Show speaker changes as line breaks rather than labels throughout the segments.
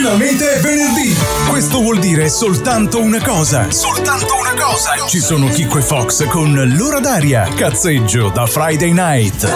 Finalmente è venerdì! Questo vuol dire soltanto una cosa. Soltanto una cosa. Ci sono Chicco e Fox con L'ora d'aria. Cazzeggio da Friday Night.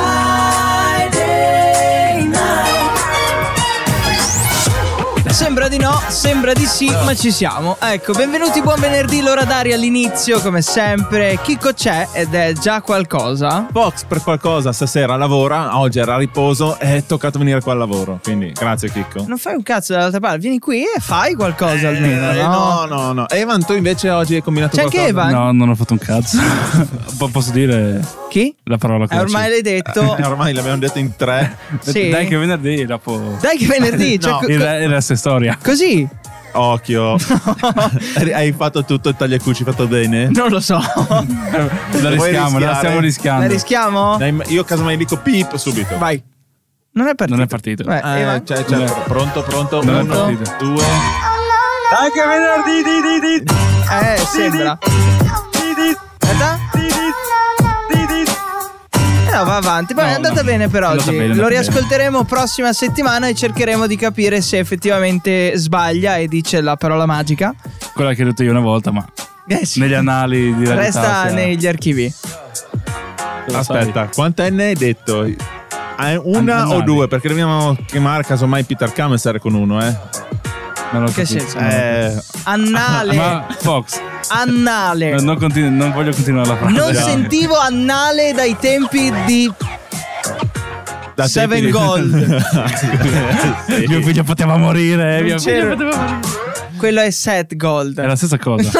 Sembra di no, sembra di sì, ma ci siamo. Ecco, benvenuti, buon venerdì, l'ora d'aria all'inizio, come sempre. Chicco c'è ed è già qualcosa.
Fox per qualcosa stasera lavora, oggi era a riposo e è toccato venire qua al lavoro. Quindi grazie Chicco.
Non fai un cazzo dall'altra parte, vieni qui e fai qualcosa almeno, no?
No. Evan, tu invece oggi hai combinato
C'è
qualcosa?
anche Evan?
No, non ho fatto un cazzo. Posso dire
Chi?
la parola che
Ormai l'hai detto.
Ormai l'abbiamo detto in 3.
Sì.
Dai che venerdì dopo.
Dai che venerdì, cioè,
No.
Il resto è storia.
così?
Occhio. Hai fatto tutto il tagliacucci fatto bene?
Non lo so.
La
Vuoi
rischiamo, la
rischiare?
stiamo rischiando.
La rischiamo?
Dai, io casomai dico pip subito.
Vai. Non è partito.
Non è partito.
Evan?
Cioè, pronto.
Non è
1,
partito.
2.
Anche venerdì.
Sembra. Aspetta. No, va avanti. Poi è andata bene per oggi. Lo riascolteremo prossima settimana e cercheremo di capire se effettivamente sbaglia e dice la parola magica.
Quella che ho detto io una volta, ma
Sì.
negli annali di realtà,
Resta
sia-
negli archivi.
Aspetta, quant'enne hai detto? Una
Annali.
o due? Perché dobbiamo chiamare casomai Peter Kammeser con uno,
Non l'ho
Che
capito.
senso? Annale.
Ma Fox,
Annale.
non voglio continuare la frase.
Non sentivo annale dai tempi di
Da
Seven
tempi di-
Gold.
Sì.
Mio figlio poteva morire. Mio figlio
c'era.
poteva morire.
Quello è Set Gold.
È la stessa cosa.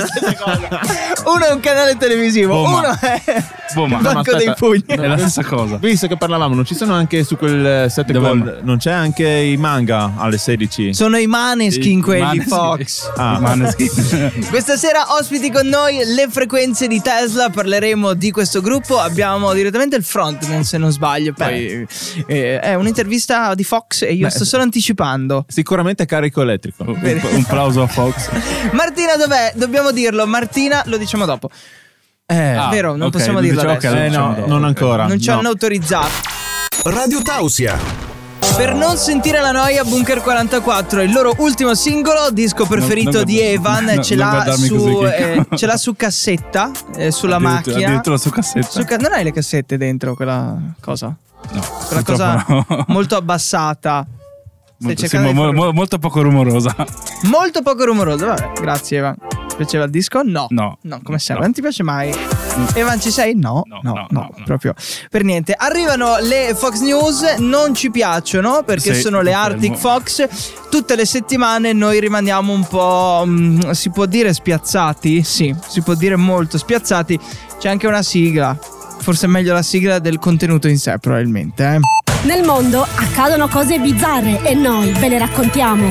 Uno è un canale televisivo,
Boh, ma-
uno è
Boh, ma
il banco
aspetta.
dei pugni.
è la stessa cosa.
Visto che parlavamo, non ci sono anche su quel 7
Dove-
Gold, non c'è anche i manga alle 16?
Sono i Maneskin quelli,
Maneskin.
Fox.
Ah.
Maneskin.
Questa sera ospiti con noi le frequenze di Tesla, parleremo di questo gruppo, abbiamo direttamente il frontman se non sbaglio, poi è un'intervista di Fox e io sto solo anticipando.
Sicuramente carico elettrico.
Un plauso a Fox.
Martina dov'è? Dobbiamo dirlo, Martina lo diciamo dopo. Vero, non
ok,
possiamo
lo
dirlo
diciamo
adesso.
che lo diciamo
No,
dopo.
non ancora.
Non ci
no.
hanno autorizzato.
Radio Tausia.
Per non sentire la noia, Bunker 44, il loro ultimo singolo, disco preferito
non
di Evan, ce
non
l'ha
guardarmi
su
così, Chicco.
ce l'ha su cassetta, sulla macchina.
Addirittura su cassetta.
Non hai le cassette dentro quella cosa?
No,
Quella cosa
purtroppo no.
molto abbassata. Stai cercando di fare-
Molto poco rumorosa.
molto poco rumorosa. Vabbè, grazie Evan. Ti piaceva il disco? No.
No.
come sempre.
No.
Non ti piace mai? Evan, ci sei? No, proprio per niente. Arrivano le Fox News, non ci piacciono perché
Sì,
sono le
confermo.
Arctic Fox. Tutte le settimane noi rimaniamo un po', si può dire spiazzati? Sì, si può dire molto spiazzati. C'è anche una sigla. Forse è meglio la sigla del contenuto in sé, probabilmente.
Nel mondo accadono cose bizzarre e noi ve le raccontiamo.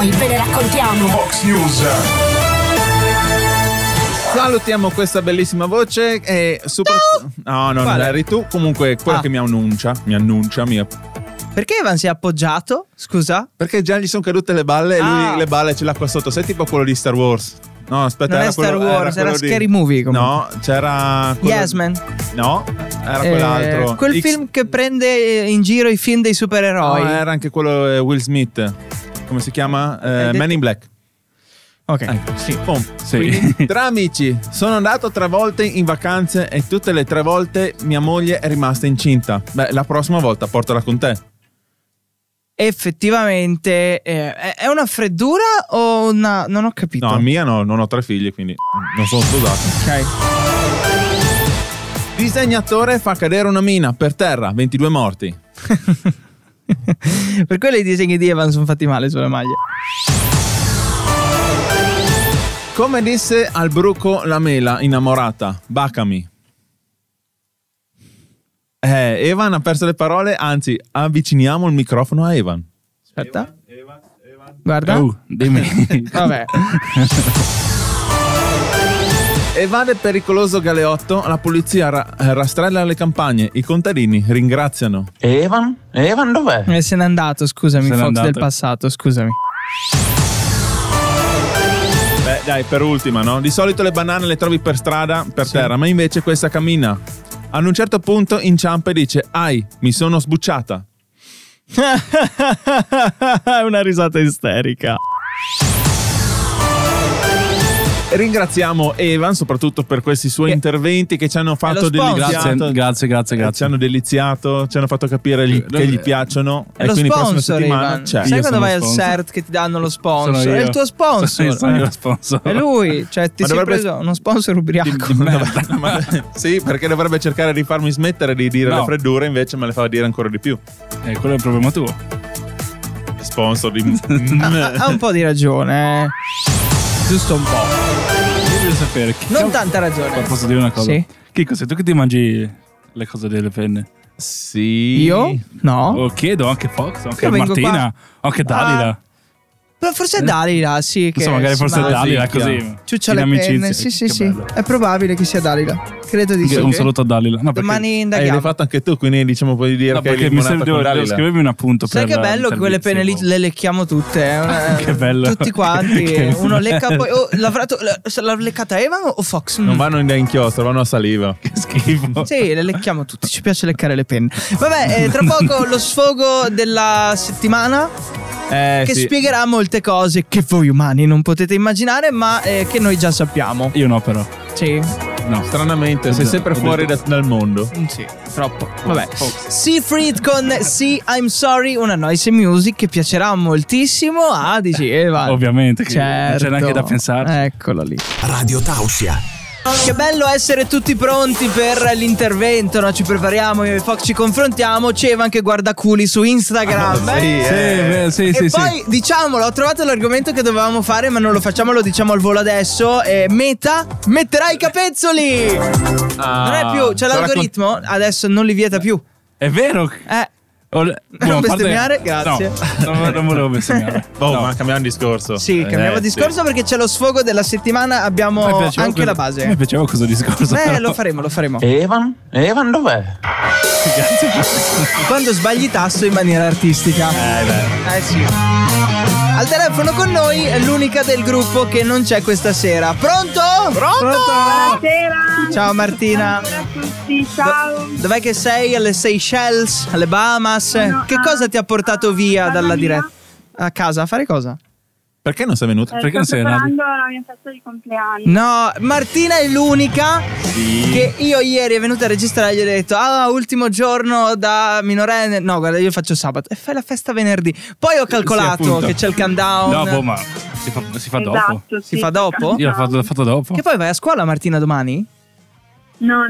Fox News.
Salutiamo questa bellissima voce e No, non
Quale?
eri tu. Comunque quella che mi annuncia.
Perché Evan si è appoggiato? Scusa?
Perché già gli sono cadute le balle e lui le balle ce l'ha qua sotto. Sei tipo quello di Star Wars. No, aspetta,
Non
era
è Star
quello,
Wars, era
quello di-
Scary Movie comunque.
No, c'era quello-
Yes Man.
No, era quell'altro.
Quel film che prende in giro i film dei supereroi.
No, era anche quello Will Smith. Come si chiama?
detto-
Man in Black.
Ok.
Sì. Boom.
Sì.
Quindi, tra amici, sono andato 3 volte in vacanze e tutte le 3 volte mia moglie è rimasta incinta. Beh, la prossima volta portala con te.
Effettivamente è una freddura o una... Non ho capito.
No, mia no, non ho 3 figli, quindi non sono sposato.
Ok.
Disegnatore fa cadere una mina per terra, 22 morti.
Per quello i disegni di Evan sono fatti male sulle maglie.
Come disse al bruco la mela innamorata, bacami. Evan ha perso le parole, anzi avviciniamo il microfono a Evan.
Aspetta. Guarda.
Dimmi.
Vabbè.
Evade pericoloso galeotto, la polizia rastrella le campagne, i contadini ringraziano.
Evan dov'è?
Se n'è andato, scusami,
Se n'è
Fox
andato.
del passato, scusami.
Beh, dai, per ultima, no? Di solito le banane le trovi per strada, per terra, ma invece questa cammina. Ad un certo punto inciampa e dice: "Ai, mi sono sbucciata".
È una risata isterica.
Ringraziamo Evan soprattutto per questi suoi interventi che ci hanno fatto
sponsor.
deliziato. Ci hanno deliziato, ci hanno fatto capire che gli piacciono.
È
e
lo
quindi prossima
sponsor,
settimana
Ivan.
c'è.
Sai
Io
quando
sono
vai al
sponsor.
CERT che ti danno lo sponsor?
Sono
È
io.
il tuo sponsor.
Sono io lo sponsor.
È lui, cioè ti sei
dovrebbe-
preso uno sponsor ubriaco.
Di merda.
Sì, perché dovrebbe cercare di farmi smettere di dire
No.
le freddure, invece me le fa dire ancora di più.
Quello è il problema tuo.
Sponsor di
Ha un po' di ragione, giusto un po'.
Io voglio sapere.
Non tanta ragione.
Posso dire una cosa?
Sì.
Chico, sei tu che ti mangi le cose delle penne?
Sì.
Io? No.
Lo chiedo anche Fox, anche
Io vengo
Martina, anche Dalila.
Però forse è Dalila, sì. Che
Insomma, magari
si
forse è
mangia.
Dalila
Sì,
così.
Ciuccia
in
le
amicizia.
penne. Sì, sì,
Che
sì.
bello.
È probabile che sia Dalila. Credo di sì.
Un saluto a Dalila. No, perché,
Domani
L'hai
indaghiamo.
fatto anche tu, quindi diciamo puoi dire
no,
che hai
perché mi
limonata
serve
con
devo
Dalila.
scrivermi un appunto
Sai
per
che bello che quelle penne lì
servizio.
le lecchiamo tutte.
Che bello.
Tutti quanti.
Che-
Uno lecca poi. Oh, l'ha leccata Evan o Fox?
Non vanno in inchiostro, vanno a saliva.
Che schifo.
Sì, le lecchiamo tutti. Ci piace leccare le penne. Vabbè, tra poco lo sfogo della settimana. Che
Sì.
spiegherà molte cose che voi umani non potete immaginare, ma che noi già sappiamo.
Io no, però.
Sì.
No.
Stranamente, sei sempre
Ho
fuori
detto-
dal mondo.
Sì, troppo. Vabbè. Seafried con See I'm Sorry, una noise music che piacerà moltissimo a DJ Evan.
Ovviamente, che
Certo.
non c'è neanche da pensare.
Eccola lì.
Radio Tausia.
Che bello essere tutti pronti per l'intervento, no? Ci prepariamo, io e Fox ci confrontiamo. C'è Evan che guarda culi su Instagram.
Sì,
E poi diciamolo, ho trovato l'argomento che dovevamo fare, ma non lo facciamo, lo diciamo al volo adesso. Meta metterà i capezzoli. Non è più, c'è l'algoritmo, adesso non li vieta più.
È vero.
Non
a parte-
bestemmiare, grazie.
No, non volevo bestemmiare.
Oh,
No.
ma cambiamo discorso.
Sì, cambiamo discorso perché c'è lo sfogo della settimana, abbiamo
Mi piaceva
anche la
Mi
base.
piaceva questo discorso. però.
Lo faremo.
Evan dov'è?
Quando sbagli tasto in maniera artistica. Sì. Al telefono con noi è l'unica del gruppo che non c'è questa sera. Pronto?
Buonasera.
Ciao Martina.
Buonasera a tutti, ciao.
Dov'è che sei? Alle Seychelles? Alle Bahamas?
Sono
Che cosa ti ha portato via
casa
dalla
mia.
diretta? A casa a fare cosa?
Perché non sei venuto?
Perché non
Sto
sei nato?
preparando la mia festa di compleanno.
No, Martina è l'unica che io ieri è venuta a registrare e gli ho detto ultimo giorno da minorenne. No, guarda, io faccio sabato e fai la festa venerdì. Poi ho calcolato
appunto.
che c'è il countdown.
Dopo, ma si fa dopo.
Esatto,
Si fa dopo?
Io l'ho fatto dopo.
Che poi vai a scuola Martina domani?
No.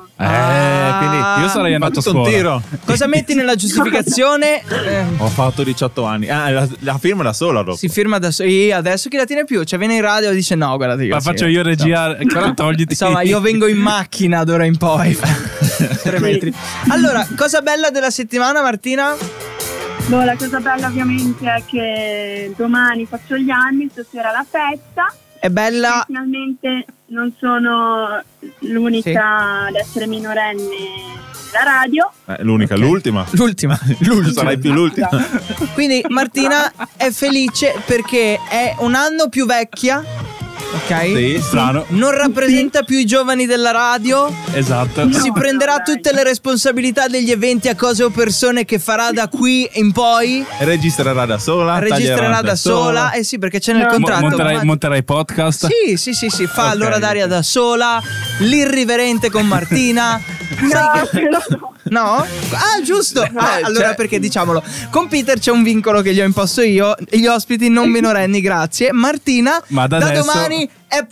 Quindi
io sarei andato a
fatto un
scuola.
tiro.
Cosa metti nella giustificazione?
Ho fatto 18 anni. La firma da sola dopo.
Si firma da adesso chi la tiene più? Cioè viene in radio e dice no, guardate io
Ma faccio io regia, togliti.
Insomma, io vengo in macchina d'ora in poi. 3 metri. Allora, cosa bella della settimana, Martina?
Boh, la cosa bella ovviamente è che domani faccio gli anni, stasera la festa.
È bella.
E finalmente non sono l'unica ad essere minorenne della radio.
L'unica,
Ok.
l'ultima.
L'ultima.
Sarai più l'ultima.
Quindi Martina è felice perché è un anno più vecchia. Ok?
Sì,
Strano.
Non rappresenta più i giovani della radio.
Esatto.
Si prenderà
no, dai.
tutte le responsabilità degli eventi a cose o persone che farà da qui in poi.
Registrerà da sola.
Registrerà
taglierà
da sola. Eh sì, perché c'è nel contratto.
Monterai podcast.
Sì. Fa l'ora d'aria da sola. L'irriverente con Martina. Sai che- No? Ah, giusto. Allora perché diciamolo. Con Peter c'è un vincolo che gli ho imposto io. Gli ospiti non minorenni, grazie. Martina
Ma da
da
adesso-
domani è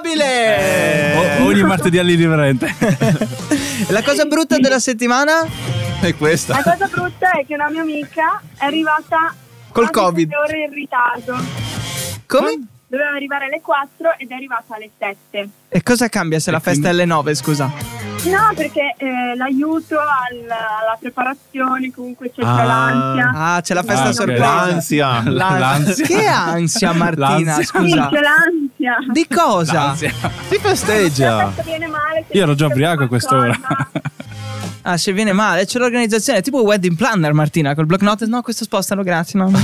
papabile.
Ogni martedì all'irriverente.
La cosa brutta della settimana?
E questa.
La cosa brutta è che una mia amica è arrivata
Col
quasi
Covid.
7 ore in ritardo.
Come?
Doveva arrivare alle 4 ed è arrivata alle 7.
E cosa cambia se la festa è alle 9, scusa?
No, perché l'aiuto alla preparazione, comunque c'è l'ansia.
Ah, c'è la festa
Ah, ok.
sorpresa.
L'ansia.
L'ansia. Che ansia, Martina?
L'ansia.
Sì,
Scusa.
c'è l'ansia.
Di cosa?
L'ansia.
Si
La
festeggia.
festa viene male. se
Io ero già
succede
ubriaco a quest'ora.
qualcosa.
Ah, se viene male, c'è l'organizzazione, tipo wedding planner, Martina, col block notice. No, questo spostalo, grazie. No.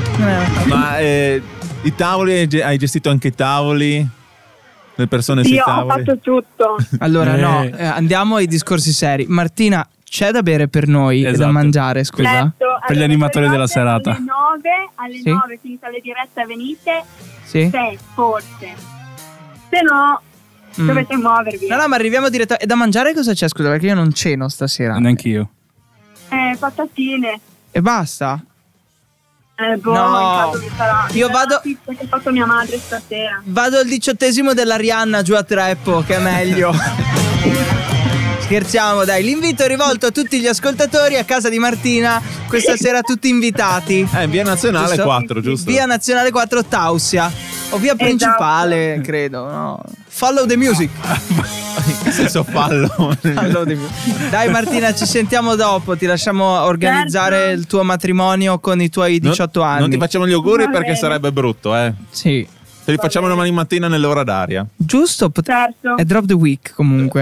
Ma i tavoli, hai gestito anche i tavoli? Le persone
Sì,
sui
ho
tavoli?
fatto tutto.
Allora, no, andiamo ai discorsi seri. Martina, c'è da bere per noi e da
Esatto.
mangiare, scusa?
Certo,
Per gli animatori della serata.
Alle
Sì.
9 finita le dirette, venite.
Sì.
6 forse. Se no dovete muovervi.
No, ma arriviamo direttamente. E da mangiare cosa c'è, scusa? Perché io non ceno stasera.
Neanch'io.
Patatine.
E basta?
Boh,
No.
in caso vi sarà.
Io
sarà
vado-
la pizza che ha fatto mia madre stasera.
Vado al 18° della Rihanna giù a Treppo, che è meglio. Scherziamo, dai. L'invito è rivolto a tutti gli ascoltatori a casa di Martina. Questa sera tutti invitati.
Via Nazionale
Giusto?
4, giusto?
Via Nazionale 4 Tausia. O via principale, credo. No. Follow the music.
Che senso fallo?
Follow the music. Dai Martina, ci sentiamo dopo. Ti lasciamo organizzare
Certo.
il tuo matrimonio con i tuoi 18 anni.
Non ti facciamo gli auguri
Va
perché
bene.
sarebbe brutto,
Sì.
Te li facciamo domani mattina nell'ora d'aria.
Giusto?
Certo.
È drop the week comunque.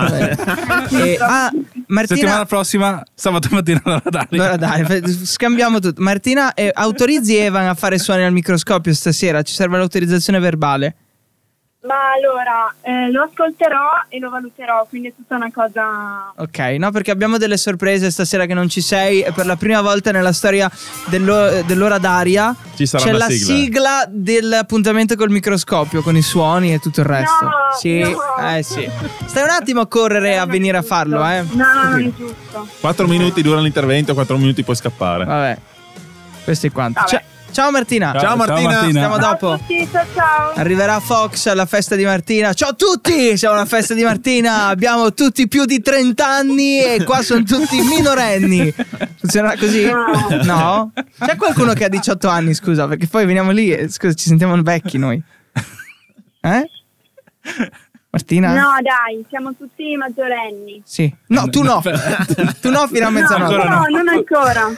Martina.
Settimana prossima, sabato mattina alla radio.
Allora dai, scambiamo tutto. Martina, autorizzi Evan a fare suoni al microscopio stasera? Ci serve l'autorizzazione verbale.
Ma allora, lo ascolterò e lo valuterò, quindi è tutta una cosa.
Ok, no, perché abbiamo delle sorprese stasera che non ci sei. E per la prima volta nella storia dell'ora d'aria
Ci sarà
c'è
una
la sigla dell'appuntamento col microscopio, con i suoni e tutto il resto.
No,
sì,
no.
sì. Stai un attimo a correre a venire a farlo, eh.
No, non è giusto.
4 minuti dura l'intervento, 4 minuti puoi scappare.
Vabbè, questo è quanto.
Vabbè.
Ciao Martina.
Ciao, Martina.
Stiamo
Ciao
dopo.
a tutti, ciao.
Arriverà Fox alla festa di Martina. Ciao a tutti! Siamo alla festa di Martina. Abbiamo tutti più di 30 anni e qua sono tutti minorenni. Funzionerà così? No? C'è qualcuno che ha 18 anni, scusa, perché poi veniamo lì e scusa, ci sentiamo vecchi noi. Martina?
No, dai, siamo tutti maggiorenni.
Sì. No, tu no. Tu no fino a mezzanotte.
No, non ancora.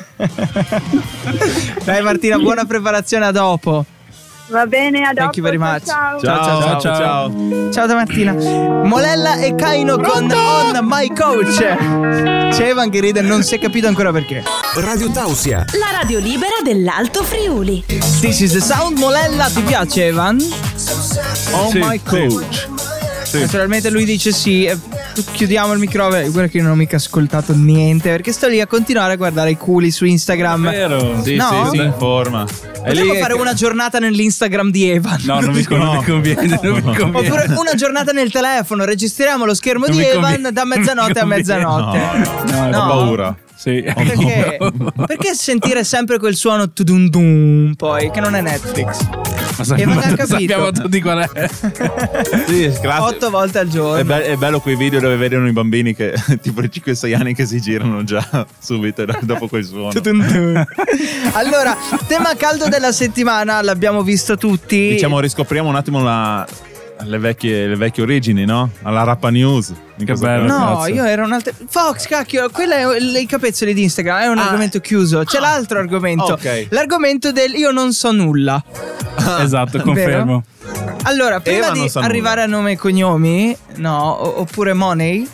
Dai Martina, buona preparazione a dopo.
Va bene, a dopo.
Thank you very much.
Ciao.
Ciao.
Ciao da Martina. Molella e Kaino con On My Coach. C'è Evan che ride, non si è capito ancora perché.
Radio Tausia.
La radio libera dell'Alto Friuli.
This is the sound. Molella, ti piace Evan?
Oh
Sì,
my coach.
Naturalmente lui dice sì. Chiudiamo il microfono. Guarda che io non ho mica ascoltato niente, perché sto lì a continuare a guardare i culi su Instagram.
Vero?
Sì,
No?
sì, si informa. È
Potremmo
lì
fare una giornata nell'Instagram di Evan.
No, non mi conviene. Non mi conviene.
Oppure una giornata nel telefono. Registriamo lo schermo
Non
di
mi
Evan
conviene.
da mezzanotte a
Non mi
mezzanotte.
No, ho paura.
Sì.
Perché sentire sempre quel suono tudum dum poi, che non è Netflix?
Ma
Evan ha capito.
sappiamo tutti qual è.
Sì, classico.
8 volte al giorno.
È bello quei video dove vedono i bambini che tipo di 5-6 anni che si girano già subito dopo quel suono.
Allora, tema caldo della settimana, l'abbiamo visto tutti.
Diciamo, riscopriamo un attimo le vecchie origini, no? Alla Rappa News.
Che bello.
No,
Cazzo.
io ero un'altra. Fox, cacchio, quella è i capezzoli di Instagram. È un argomento chiuso. C'è l'altro argomento.
Ok.
L'argomento del io non so nulla.
Esatto, confermo.
Allora, prima
Eva
di
non sa
arrivare a nome e cognomi, no, oppure money.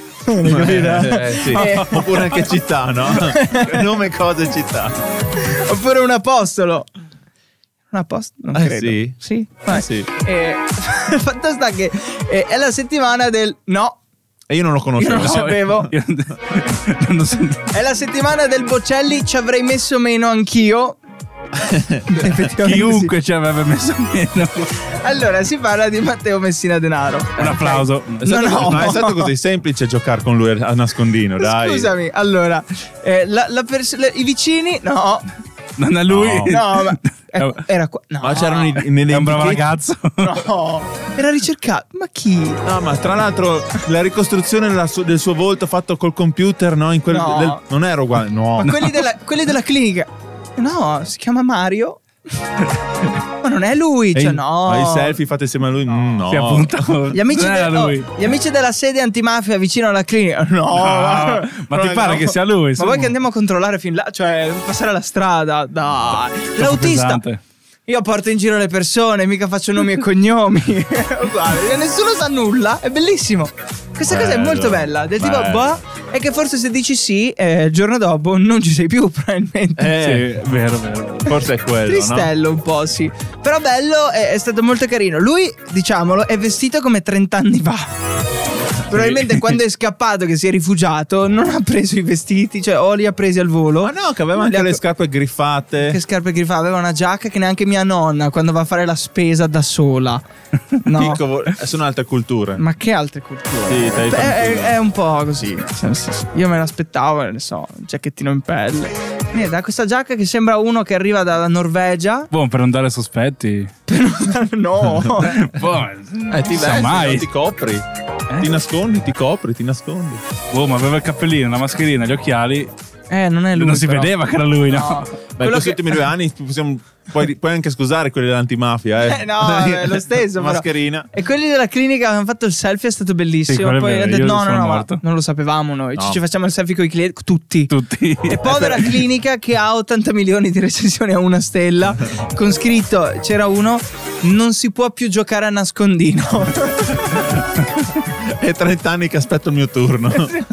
Sì. Oppure anche città, no? Nome, cose, città.
Oppure un apostolo. Un apostolo? Non credo.
Sì?
Sì. Vai.
Sì.
Il fatto sta che è la settimana del no.
E io non lo
Io
conoscevo.
non lo sapevo.
Io non so.
È la settimana del Bocelli, ci avrei messo meno anch'io. Effettivamente
Chiunque ci avrebbe messo meno.
sì. Allora, si parla di Matteo Messina Denaro.
Un applauso.
È stato,
No.
no, è stato così semplice giocare con lui a nascondino, dai.
Scusami, allora, i vicini, no.
Non è lui.
No, ma era qua. No,
Ma c'erano
È un bravo ragazzo.
no, era ricercato. Ma chi?
No, ma tra l'altro la ricostruzione del suo volto fatto col computer, no? In quel,
No.
non era uguale, no.
Ma quelli della clinica. No, si chiama Mario. Ma non è lui, cioè no.
Ma i selfie fate insieme a lui? No.
Sì, appunto.
Gli amici,
Non era lui.
gli amici della sede antimafia vicino alla clinica. No,
Ma ti pare che sia lui?
Ma
insomma?
vuoi che andiamo a controllare fin là? Cioè, passare la strada? Dai. L'autista.
Pesante.
Io porto in giro le persone, mica faccio nomi e cognomi. Guarda, nessuno sa nulla. È bellissimo. Questa cosa è
Bello,
molto bella. Del tipo,
bello.
boh, è che forse se dici sì, il giorno dopo non ci sei più, probabilmente.
Sì, vero.
Forse è quello,
Tristello un po', sì. Però bello, è stato molto carino. Lui, diciamolo, è vestito come 30 anni fa. probabilmente quando è scappato, che si è rifugiato, non ha preso i vestiti, cioè o li ha presi al volo.
Ma no, che aveva anche le scarpe griffate.
Che scarpe griffate? Aveva una giacca che neanche mia nonna quando va a fare la spesa da sola. No.
Sono altre culture.
Ma che altre culture?
Sì,
è un po' così. Io me l'aspettavo, ne so, un giacchettino in pelle. Niente, ha questa giacca che sembra uno che arriva dalla Norvegia.
Boh, per non dare sospetti.
No.
Boh,
ti vesti,
mai.
ti copri. Ti nascondi, ti copri, ti nascondi.
Boh, ma aveva il cappellino, la mascherina, gli occhiali.
Non è lui.
Non si
però
vedeva che era lui, no?
Beh, in questi ultimi 2 anni puoi anche scusare quelli dell'antimafia,
no, è lo stesso.
Mascherina.
E quelli della clinica avevano fatto il selfie, è stato bellissimo.
Sì,
poi
ha
detto, no,
morto.
non lo sapevamo noi.
No.
Ci facciamo il selfie con i clienti, tutti.
Tutti.
E povera clinica che ha 80 milioni di recensioni a 1 stella, con scritto, c'era uno, non si può più giocare a nascondino.
È 30 anni che aspetto il mio turno.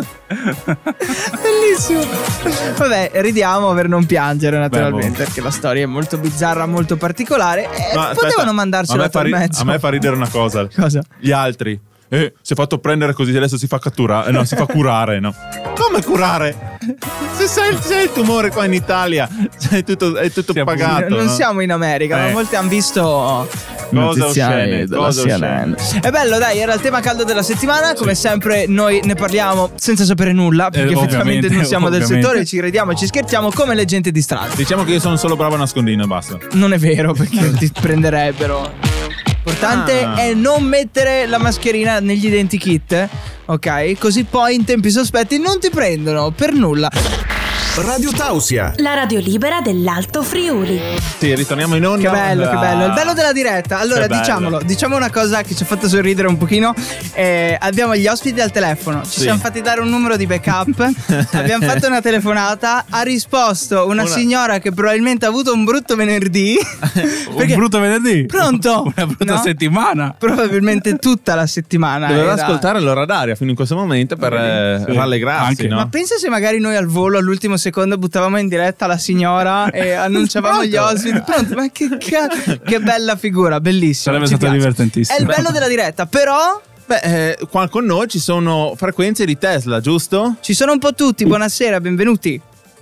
Bellissimo. Vabbè, ridiamo per non piangere, naturalmente, perché la storia è molto bizzarra, molto particolare. Potevano mandarcela per mezzo.
A me fa ridere una cosa.
Cosa?
Gli altri. Si è fatto prendere così, adesso si fa catturare. No, si fa curare, no? Come curare? Se sei il tumore qua in Italia, è tutto pagato.
Non
no?
siamo in America, ma molti hanno visto
Cosa oscene,
della
cosa
CNN.
oscene.
È bello, dai, era il tema caldo della settimana. Come sempre noi ne parliamo senza sapere nulla, perché effettivamente non siamo del settore, ci ridiamo e ci scherziamo come le gente di strada.
Diciamo che io sono solo bravo a nascondino e basta.
Non è vero, perché ti prenderebbero. L'importante è non mettere la mascherina negli identikit, ok? Così poi in tempi sospetti non ti prendono per nulla.
Radio Tausia,
La radio libera dell'Alto Friuli.
Sì, ritorniamo in onda.
Che bello, che bello. Il bello della diretta. Allora, diciamo una cosa che ci ha fatto sorridere un pochino. Abbiamo gli ospiti al telefono. Ci siamo fatti dare un numero di backup. Abbiamo fatto una telefonata. Ha risposto una signora che probabilmente ha avuto un brutto venerdì.
Un brutto venerdì?
Pronto?
Una brutta settimana.
Probabilmente tutta la settimana.
Doveva ascoltare l'ora d'aria fino in questo momento per rallegrarsi,
anche.
no?
Ma pensa se magari noi al volo all'ultimo secondo buttavamo in diretta la signora e annunciavamo gli ospiti. Pronto? Ma che bella figura, bellissima.
Sarebbe
ci
stato
piace.
divertentissimo.
È il bello della diretta, però
Qua con noi ci sono frequenze di Tesla, giusto?
ci sono un po' tutti. Buonasera, benvenuti.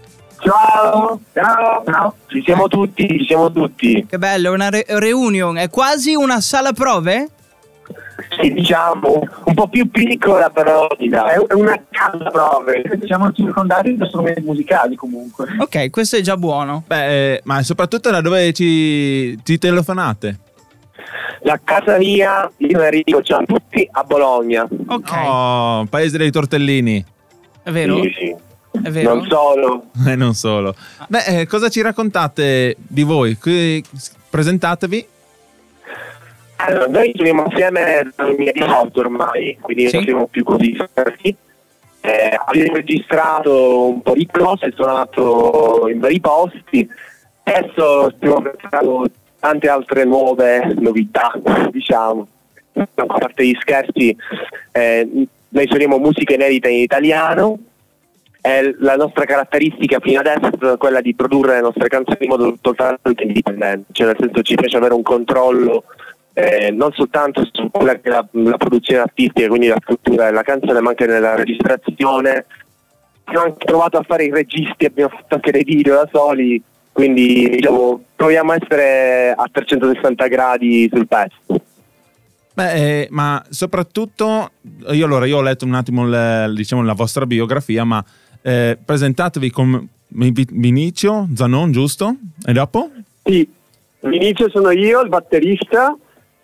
Ciao, ci siamo tutti.
Che bello, una reunion. È quasi una sala prove?
Sì, diciamo, un po' più piccola però è una casa prove. Siamo circondati da strumenti musicali comunque.
Ok, questo è già buono.
Ma soprattutto da dove ci telefonate?
La casa mia, io e Enrico, siamo tutti a Bologna.
Ok,
Oh, paese dei tortellini.
è vero?
Sì.
È vero?
Non solo.
E non solo. Cosa ci raccontate di voi? Presentatevi.
Allora, noi giochiamo assieme da 2018 ormai, quindi non siamo più così fermi. Abbiamo registrato un po' di cose, suonato in vari posti. Adesso stiamo pensando tante altre nuove novità, diciamo. A parte gli scherzi, noi suoniamo musica inedita in italiano. La nostra caratteristica fino adesso è quella di produrre le nostre canzoni in modo totalmente indipendente, cioè nel senso ci piace avere un controllo non soltanto su quella che è la produzione artistica, quindi la scrittura della canzone, ma anche nella registrazione. Abbiamo anche provato a fare i registi, abbiamo fatto anche dei video da soli, quindi diciamo proviamo a essere a 360 gradi sul pezzo.
Ma soprattutto io ho letto un attimo la vostra biografia, ma presentatevi come Vinicio Zanon, giusto? E dopo?
Sì, Vinicio sono io, il batterista,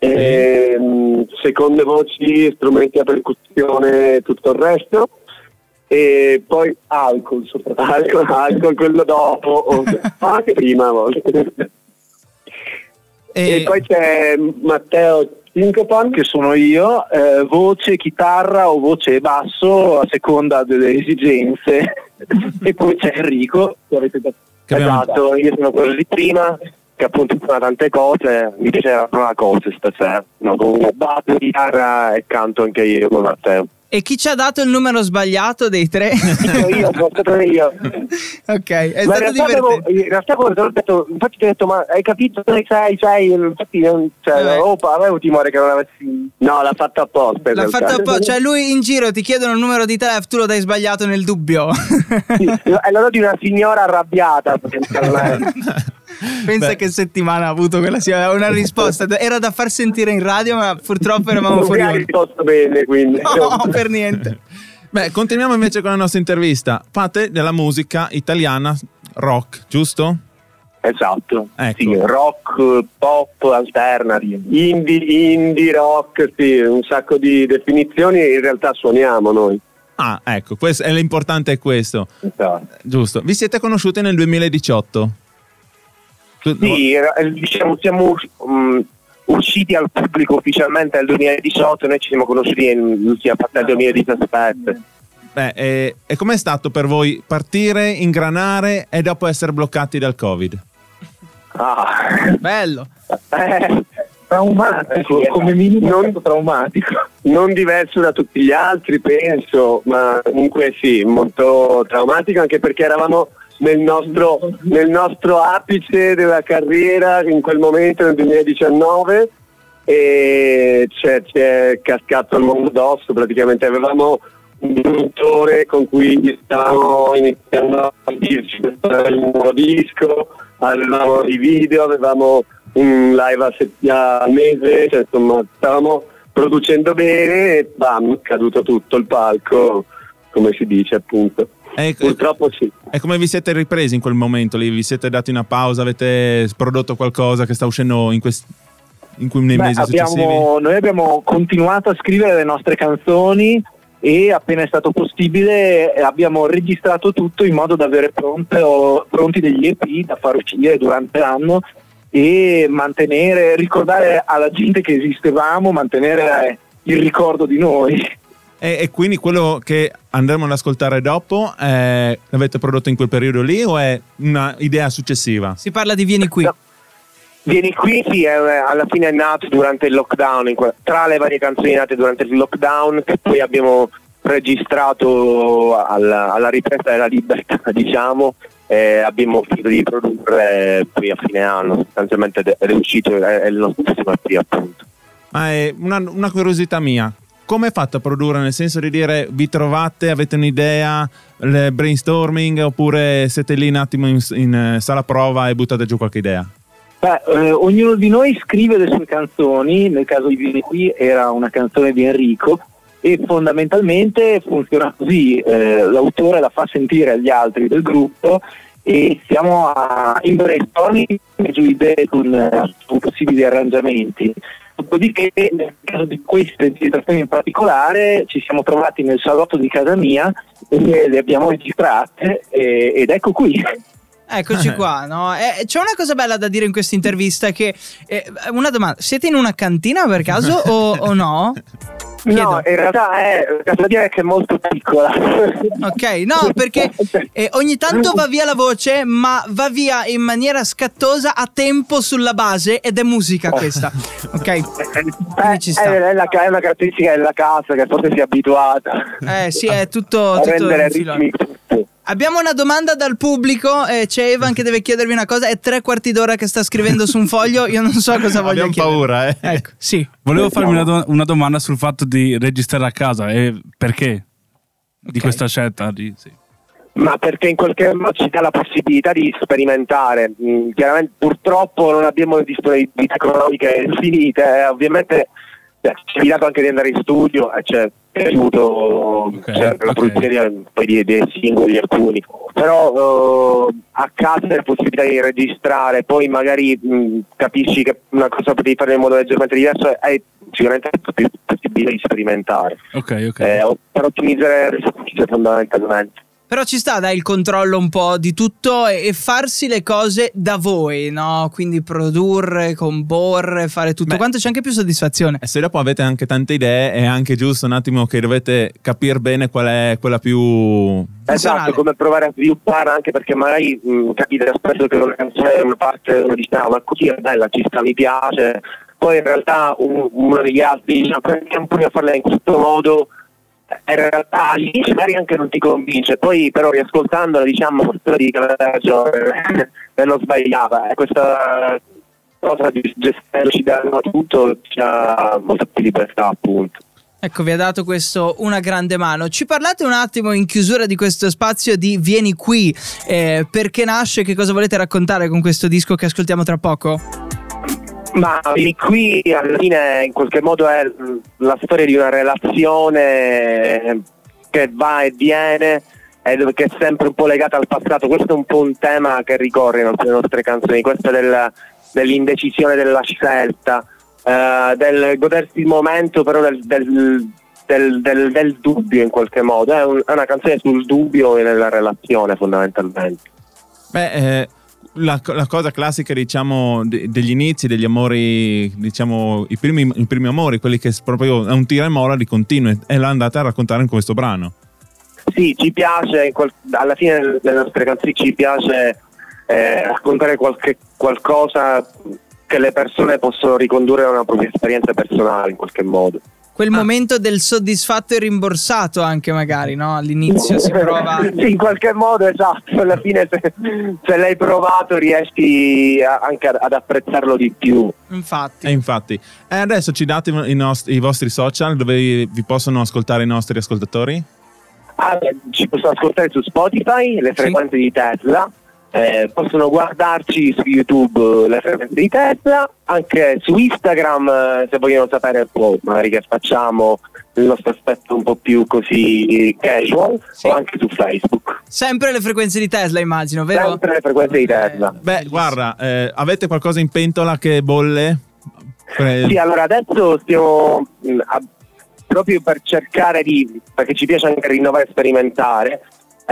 seconde voci, strumenti a percussione, tutto il resto, e poi alcol, quello dopo, anche prima a volte. E poi c'è Matteo Syncopan, che sono io, voce, chitarra o voce e basso a seconda delle esigenze. E poi c'è Enrico, che avete esatto, io sono quello di prima, che appunto fa tante cose, mi piace provare cose stasera, no, con basso, chitarra e canto anche io con Matteo.
E chi ci ha dato il numero sbagliato dei tre?
Io, sono stato io.
Ok, è
Ma
stato divertente.
in realtà quando te l'ho detto, infatti ti ho detto, ma hai capito dove sei? Infatti avevo timore che non avessi. No, l'ha fatto apposta.
L'ha fatto apposta, cioè lui in giro ti chiedono il numero di telefono, tu lo dai sbagliato nel dubbio.
Sì, è l'odore di una signora arrabbiata.
Pensa che settimana ha avuto quella sia una risposta. Era da far sentire in radio, ma purtroppo eravamo fuori.
Non mi ha risposto bene, quindi.
No, per niente.
Beh, continuiamo invece con la nostra intervista. Fate della musica italiana rock, giusto?
Esatto,
Ecco.
sì, rock, pop, alternative, indie rock, sì, un sacco di definizioni. In realtà suoniamo noi.
Ah, ecco, questo è l'importante, è questo.
Esatto.
Giusto. Vi siete conosciuti nel 2018?
Sì, diciamo siamo usciti al pubblico ufficialmente nel 2018, noi ci siamo conosciuti a partire dal 2017.
Beh, e com'è stato per voi partire, ingranare e dopo essere bloccati dal Covid?
Bello.
Traumatico, come minimo non traumatico. Non diverso da tutti gli altri, penso, ma comunque sì, molto traumatico, anche perché eravamo nel nostro apice della carriera in quel momento, nel 2019, e ci è cascato il mondo addosso. Praticamente avevamo un produttore con cui stavamo iniziando a dirci il nuovo disco, avevamo i video, avevamo un live al mese, cioè, insomma stavamo producendo bene e bam, è caduto tutto il palco, come si dice appunto. Purtroppo sì.
E come vi siete ripresi in quel momento lì? Vi siete dati una pausa? Avete prodotto qualcosa che sta uscendo nei mesi successivi?
Noi abbiamo continuato a scrivere le nostre canzoni e appena è stato possibile abbiamo registrato tutto in modo da avere pronti degli EP da far uscire durante l'anno e ricordare alla gente che esistevamo, mantenere il ricordo di noi.
E quindi quello che andremo ad ascoltare dopo l'avete prodotto in quel periodo lì o è una idea successiva?
Si parla di Vieni qui.
No. Vieni qui, sì, alla fine è nato durante il lockdown, tra le varie canzoni nate durante il lockdown, che poi abbiamo registrato alla ripresa della libertà, diciamo. Abbiamo finito di produrre poi a fine anno, sostanzialmente ed è uscito, è il nostro EP, appunto.
Ma è una curiosità mia. Come è fatto a produrre? Nel senso di dire, vi trovate, avete un'idea, brainstorming, oppure siete lì un attimo in sala prova e buttate giù qualche idea?
Ognuno di noi scrive le sue canzoni. Nel caso di Vieni qui era una canzone di Enrico e fondamentalmente funziona così: l'autore la fa sentire agli altri del gruppo e siamo in brainstorming giù idee su possibili arrangiamenti. Dopodiché, nel caso di queste registrazioni in particolare, ci siamo trovati nel salotto di casa mia e le abbiamo registrate ed ecco qui.
Eccoci qua, no? C'è una cosa bella da dire in questa intervista che una domanda, siete in una cantina per caso o no? Chiedo.
No, in realtà casa mia è che è molto piccola.
Ok, no, perché ogni tanto va via la voce, ma va via in maniera scattosa a tempo sulla base ed è musica questa. Ok, ci sta.
È una caratteristica della casa che forse si è abituata.
Sì, è tutto
rendere
ritmi. Abbiamo una domanda dal pubblico, c'è Evan che deve chiedervi una cosa, è 3/4 d'ora che sta scrivendo su un foglio, io non so cosa voglia chiedere.
Abbiamo paura,
Ecco, sì.
Volevo farmi una domanda sul fatto di registrare a casa e perché di questa scelta. Sì.
Ma perché in qualche modo ci dà la possibilità di sperimentare. Chiaramente purtroppo non abbiamo disponibilità economiche infinite, ovviamente ci è evitato anche di andare in studio e c'è aiuto la produzione dei singoli alcuni, però a casa c'è la possibilità di registrare, poi magari capisci che una cosa potevi fare in modo leggermente diverso, è sicuramente più possibile di sperimentare per ottimizzare le risorse fondamentalmente.
Però ci sta, dai, il controllo un po' di tutto e farsi le cose da voi, no? Quindi produrre, comporre, fare tutto quanto, c'è anche più soddisfazione.
E se dopo avete anche tante idee, è anche giusto un attimo che dovete capire bene qual è quella più...
Esatto, come provare a svilupparla, anche perché magari capite spesso che una canzone è una parte, uno dice ma così è bella, ci sta, mi piace, poi in realtà uno degli altri dice perché non provi a farla in questo modo, in realtà all'inizio magari anche non ti convince, poi però riascoltandola diciamo di che aveva ragione e non sbagliava, questa cosa di gestirci da tutto c'ha molta più libertà, appunto.
Ecco, vi ha dato questo una grande mano. Ci parlate un attimo in chiusura di questo spazio di Vieni qui, perché nasce, che cosa volete raccontare con questo disco che ascoltiamo tra poco?
Ma Vieni qui alla fine in qualche modo è la storia di una relazione che va e viene e che è sempre un po' legata al passato. Questo è un po' un tema che ricorre nelle nostre canzoni, questa dell'indecisione della scelta, del godersi il momento, però del dubbio in qualche modo. È una canzone sul dubbio e nella relazione, fondamentalmente.
La cosa classica, diciamo, degli inizi, degli amori, diciamo, i primi amori, quelli che proprio è un tira e molla di continuo, e l'ha andata a raccontare in questo brano.
Sì, ci piace, alla fine delle nostre canzoni ci piace raccontare qualcosa che le persone possono ricondurre a una propria esperienza personale in qualche modo.
Quel momento del soddisfatto e rimborsato anche magari, no? All'inizio si prova...
Sì, in qualche modo, esatto, alla fine se l'hai provato riesci anche ad apprezzarlo di più.
Infatti.
Adesso ci date i vostri social dove vi possono ascoltare i nostri ascoltatori?
Ci possono ascoltare su Spotify, le frequenze di Tesla. Possono guardarci su YouTube, le frequenze di Tesla, anche su Instagram se vogliono sapere un po' magari che facciamo, il nostro aspetto un po' più così casual, o anche su Facebook.
Sempre le frequenze di Tesla, immagino, vero?
Sempre le frequenze di Tesla.
Guarda, avete qualcosa in pentola che bolle?
Sì, allora adesso stiamo proprio per cercare perché ci piace anche rinnovare e sperimentare,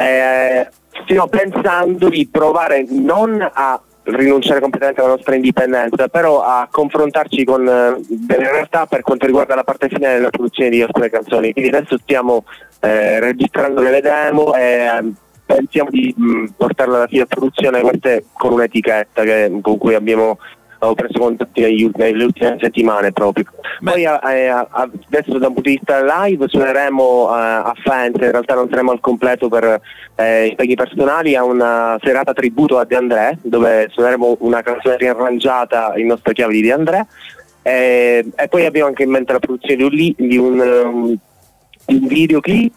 stiamo pensando di provare non a rinunciare completamente alla nostra indipendenza, però a confrontarci con delle realtà per quanto riguarda la parte finale della produzione di alcune canzoni. Quindi adesso stiamo registrando delle demo e pensiamo di portarle alla fine a produzione, queste con un'etichetta con cui ho preso contatti nelle ultime settimane proprio. Poi adesso da un punto di vista live suoneremo a Faenza, in realtà non saremo al completo per impegni personali, a una serata tributo a De André, dove suoneremo una canzone riarrangiata in nostra chiave di De André, e poi abbiamo anche in mente la produzione di un videoclip,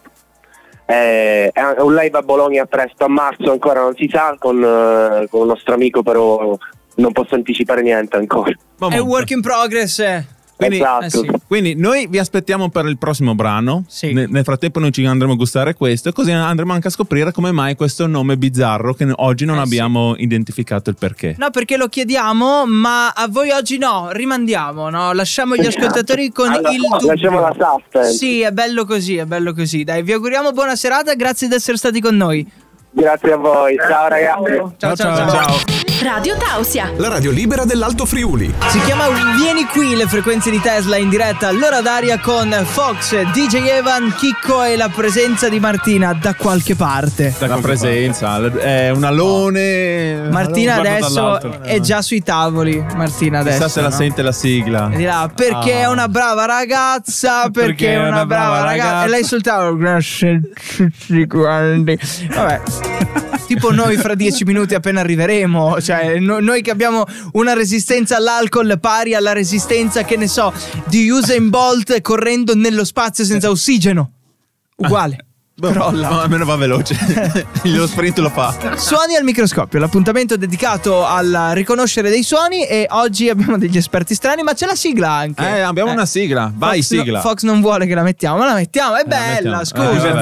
è un live a Bologna presto, a marzo ancora non si sa, con un nostro amico, però non posso anticipare niente ancora.
È un work in progress.
Quindi,
esatto.
Quindi noi vi aspettiamo per il prossimo brano.
Sì.
Nel frattempo noi ci andremo a gustare questo, e così andremo anche a scoprire come mai questo nome bizzarro che oggi non abbiamo identificato il perché.
No, perché lo chiediamo, ma a voi oggi no, rimandiamo, no? Lasciamo gli ascoltatori con il dubbio.
Lasciamo la suspense.
Sì, è bello così. Dai, vi auguriamo buona serata, grazie di essere stati con noi.
Grazie a voi, ciao ragazzi.
Ciao.
Radio Tausia,
La radio libera dell'Alto Friuli.
Si chiama Vieni qui, le frequenze di Tesla in diretta, l'ora d'aria con Fox, DJ Evan, Chicco e la presenza di Martina da qualche parte.
La presenza, è un alone.
Martina adesso è già sui tavoli. Martina adesso.
Chissà se la sente la sigla.
E dirà perché è una brava ragazza, perché è una brava ragazza. E lei sul tavolo. Grazie, guardi. Vabbè. Tipo noi fra 10 minuti appena arriveremo, cioè noi che abbiamo una resistenza all'alcol pari alla resistenza, che ne so, di Usain Bolt correndo nello spazio senza ossigeno. Uguale. Crolla.
No, almeno va veloce. Lo sprint lo fa.
Suoni al microscopio, l'appuntamento dedicato al riconoscere dei suoni, e oggi abbiamo degli esperti strani, ma c'è la sigla anche.
Abbiamo una sigla. Vai,
Fox
sigla.
Fox non vuole che la mettiamo, ma la mettiamo, è bella,
mettiamo.
scusa.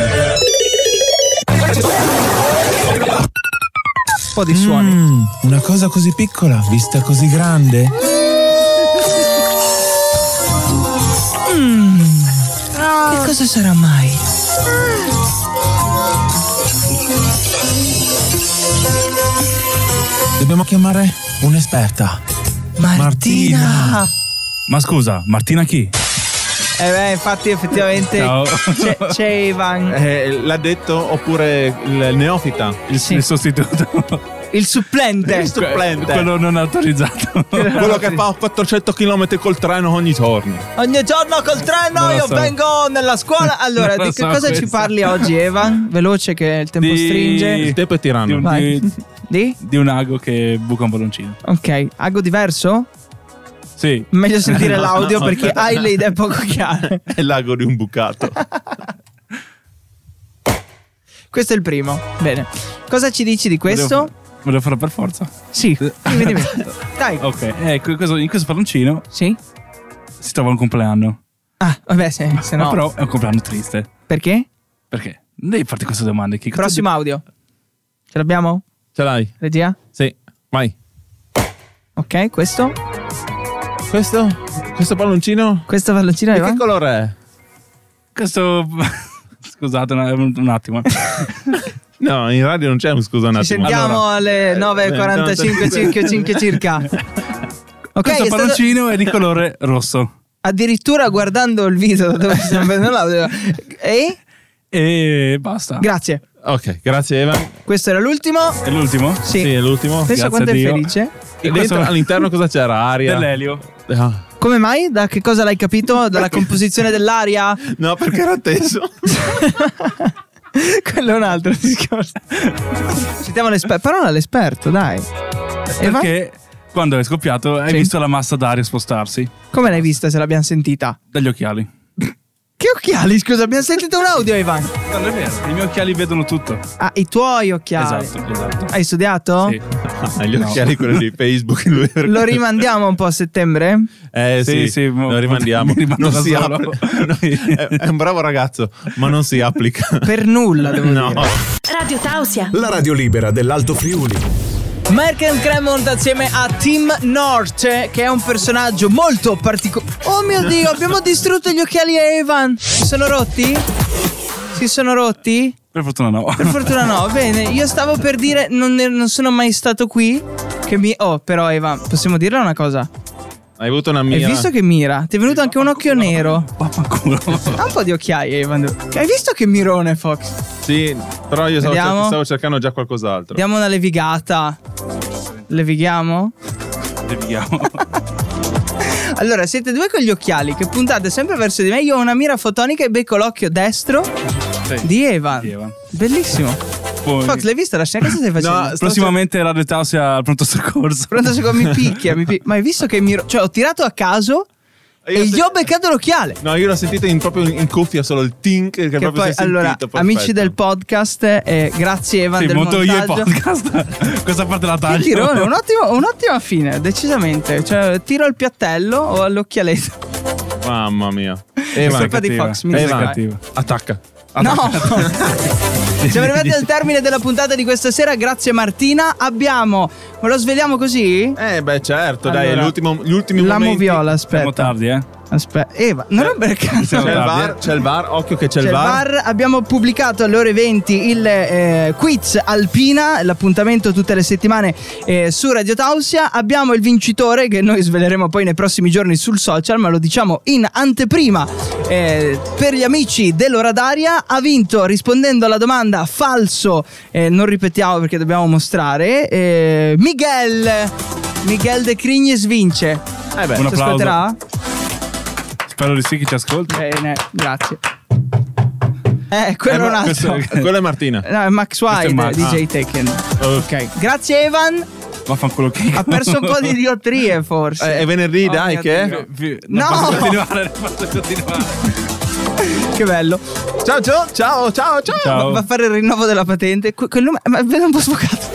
Un po' di suoni.
Una cosa così piccola, vista così grande.
Che cosa sarà mai?
Dobbiamo chiamare un'esperta. Martina.
Ma scusa, Martina chi?
Infatti effettivamente
Ciao.
c'è Ivan.
L'ha detto, oppure il neofita?
Il sostituto.
Il supplente.
Quello non autorizzato.
Quello che fa 400 km col treno ogni giorno.
Ogni giorno col treno
Non lo
io
so.
vengo nella scuola. Allora,
Non lo
di che
so
cosa ci
questo.
parli oggi, Evan? Veloce che il tempo stringe.
Il tempo è tiranno.
Vai. Di?
Di un ago che buca un palloncino.
Ok, ago diverso?
Sì.
Meglio sentire l'audio perché hai le idee poco chiare.
È l'ago di un bucato.
Questo è il primo. Bene. Cosa ci dici di questo?
Me lo farò per forza.
Sì, dimmi. Dai.
Ok, ecco, in questo palloncino
Sì?
si trova un compleanno.
Ah, vabbè, se
Ma
no.
però è un compleanno triste.
Perché?
Perché? Non devi farti queste domande. Che cazzo
Prossimo audio. Ce l'abbiamo?
Ce l'hai?
Regia?
Sì. Vai.
Ok, questo?
Questo palloncino?
Questo palloncino
Di
Evan?
che colore è?
Questo... Scusate un attimo.
No, in radio non c'è un scusa un
Ci
attimo.
sentiamo
Allora,
alle 9:45 circa. Ok,
Questo
è stato
palloncino è di colore rosso.
addirittura guardando il video da dove stiamo vedendo l'audio.
E basta.
Grazie.
ok, grazie Evan.
Questo era l'ultimo?
È l'ultimo?
Sì.
Sì, è l'ultimo.
Pensa
Grazie
quanto
a
è
Dio.
felice.
E dentro, all'interno cosa c'era? Aria?
Dell'elio.
Ah.
Come mai? Da che cosa l'hai capito? Dalla composizione dell'aria?
No, perché era teso.
Quello è un altro discorso. Sentiamo l'esperto. Parola all'esperto, dai. Evan?
Perché quando è scoppiato hai
Sì.
visto la massa d'aria spostarsi
Come l'hai vista se l'abbiamo sentita?
dagli occhiali.
Che occhiali? Scusa, abbiamo sentito un audio, Evan.
Non è vero, i miei occhiali vedono tutto.
Ah, i tuoi occhiali.
Esatto.
Hai studiato?
Sì.
Gli occhiali quelli di Facebook.
Lo rimandiamo un po' a settembre?
Sì, lo rimandiamo.
mi rimando
Non
da
si
solo.
è un bravo ragazzo, ma non si applica.
Per nulla, devo
No.
dire.
Radio Tausia.
La radio libera dell'Alto Friuli.
Mark and Cremont assieme a Tim North, che è un personaggio molto particolare. Oh mio Dio, abbiamo distrutto gli occhiali a Evan. Si sono rotti? Si sono rotti?
Per fortuna no.
Per fortuna no. Bene, io stavo per dire non sono mai stato qui. Oh, però Evan, possiamo dirle una cosa?
Hai avuto una
Hai
mia.
visto che mira? Ti è venuto anche un occhio nero.
Vaffanculo.
Ha un po' di occhiaie, Evan. Hai visto che mirone, Fox?
Sì, però io
Vediamo.
stavo cercando già qualcos'altro.
Diamo una levigata. Levighiamo?
Leviamo.
Allora, siete due con gli occhiali che puntate sempre verso di me. Io ho una mira fotonica e becco l'occhio destro di Evan.
Di Evan.
Bellissimo.
Poi,
Fox, l'hai vista la scena? Cosa stai facendo?
prossimamente Radio Tausia al pronto soccorso.
Pronto secondo mi picchia, Ma hai visto che cioè ho tirato a caso e gli ho beccato l'occhiale.
No, io l'ho sentito proprio in cuffia, solo il tink che proprio
Poi,
si è
allora,
sentito.
amici del podcast, grazie Evan
Sì,
del
monto io il
montaggio.
podcast. Questa parte la
Che
taglio.
tirone, un'ottima fine, decisamente. Cioè, tiro al piattello o all'occhialetto.
Mamma mia.
Colpa di
cattiva.
Fox, mi
Questa è
dispiace.
cattiva.
Attacca.
No! Siamo arrivati al termine della puntata di questa sera. Grazie Martina. Abbiamo. Me lo sveliamo così?
Beh, certo, dai,
Allora,
gli ultimi
L'amo
momenti.
viola,
Siamo
aspetta.
tardi,
Aspetta. Eva, non rompere il cazzo.
C'è il bar, occhio che c'è il
C'è il
bar.
bar. Abbiamo pubblicato alle ore 20 il quiz Alpina, l'appuntamento tutte le settimane su Radio Tausia. Abbiamo il vincitore che noi sveleremo poi nei prossimi giorni sul social, ma lo diciamo in anteprima per gli amici dell'Ora d'Aria. Ha vinto rispondendo alla domanda falso, non ripetiamo perché dobbiamo mostrare, Miguel De Crignes vince.
Beh,
Un
Ci
applauso.
ascolterà?
Spero di sì che ci ascolti.
Bene, grazie. Quello è un altro.
Quello è Martina.
No, è Max White,
Questo è Max.
DJ Tekken. Ok, grazie Evan.
Vaffanculo che.
Ha perso un po' di diottrie forse.
È venerdì,
Oh
dai,
mio
che
Dio.
è?
No!
Non posso continuare, non posso continuare.
Che bello.
Ciao.
Ciao.
Va a fare il rinnovo della patente. Quel numero, ma vedo un po' sfocato.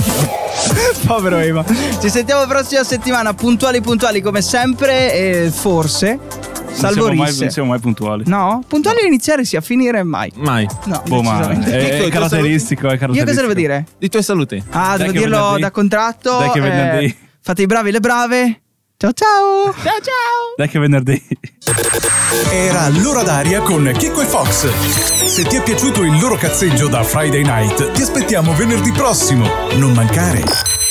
Povero Eva. Ci sentiamo la prossima settimana, puntuali come sempre, e forse salvo
Non
risse.
siamo mai puntuali.
No? Puntuali a iniziare sì, a finire mai.
Mai.
No,
Boh, ma
decisamente.
è caratteristico, è caratteristico.
Io cosa devo dire?
I tuoi saluti.
Ah,
Dai
devo
che
dirlo
venerdì.
da contratto.
Dai che venerdì.
Fate i bravi e le brave. Ciao.
Dai che venerdì.
Era l'Ora d'Aria con Chicco e Fox. Se ti è piaciuto il loro cazzeggio da Friday Night, ti aspettiamo venerdì prossimo. Non mancare.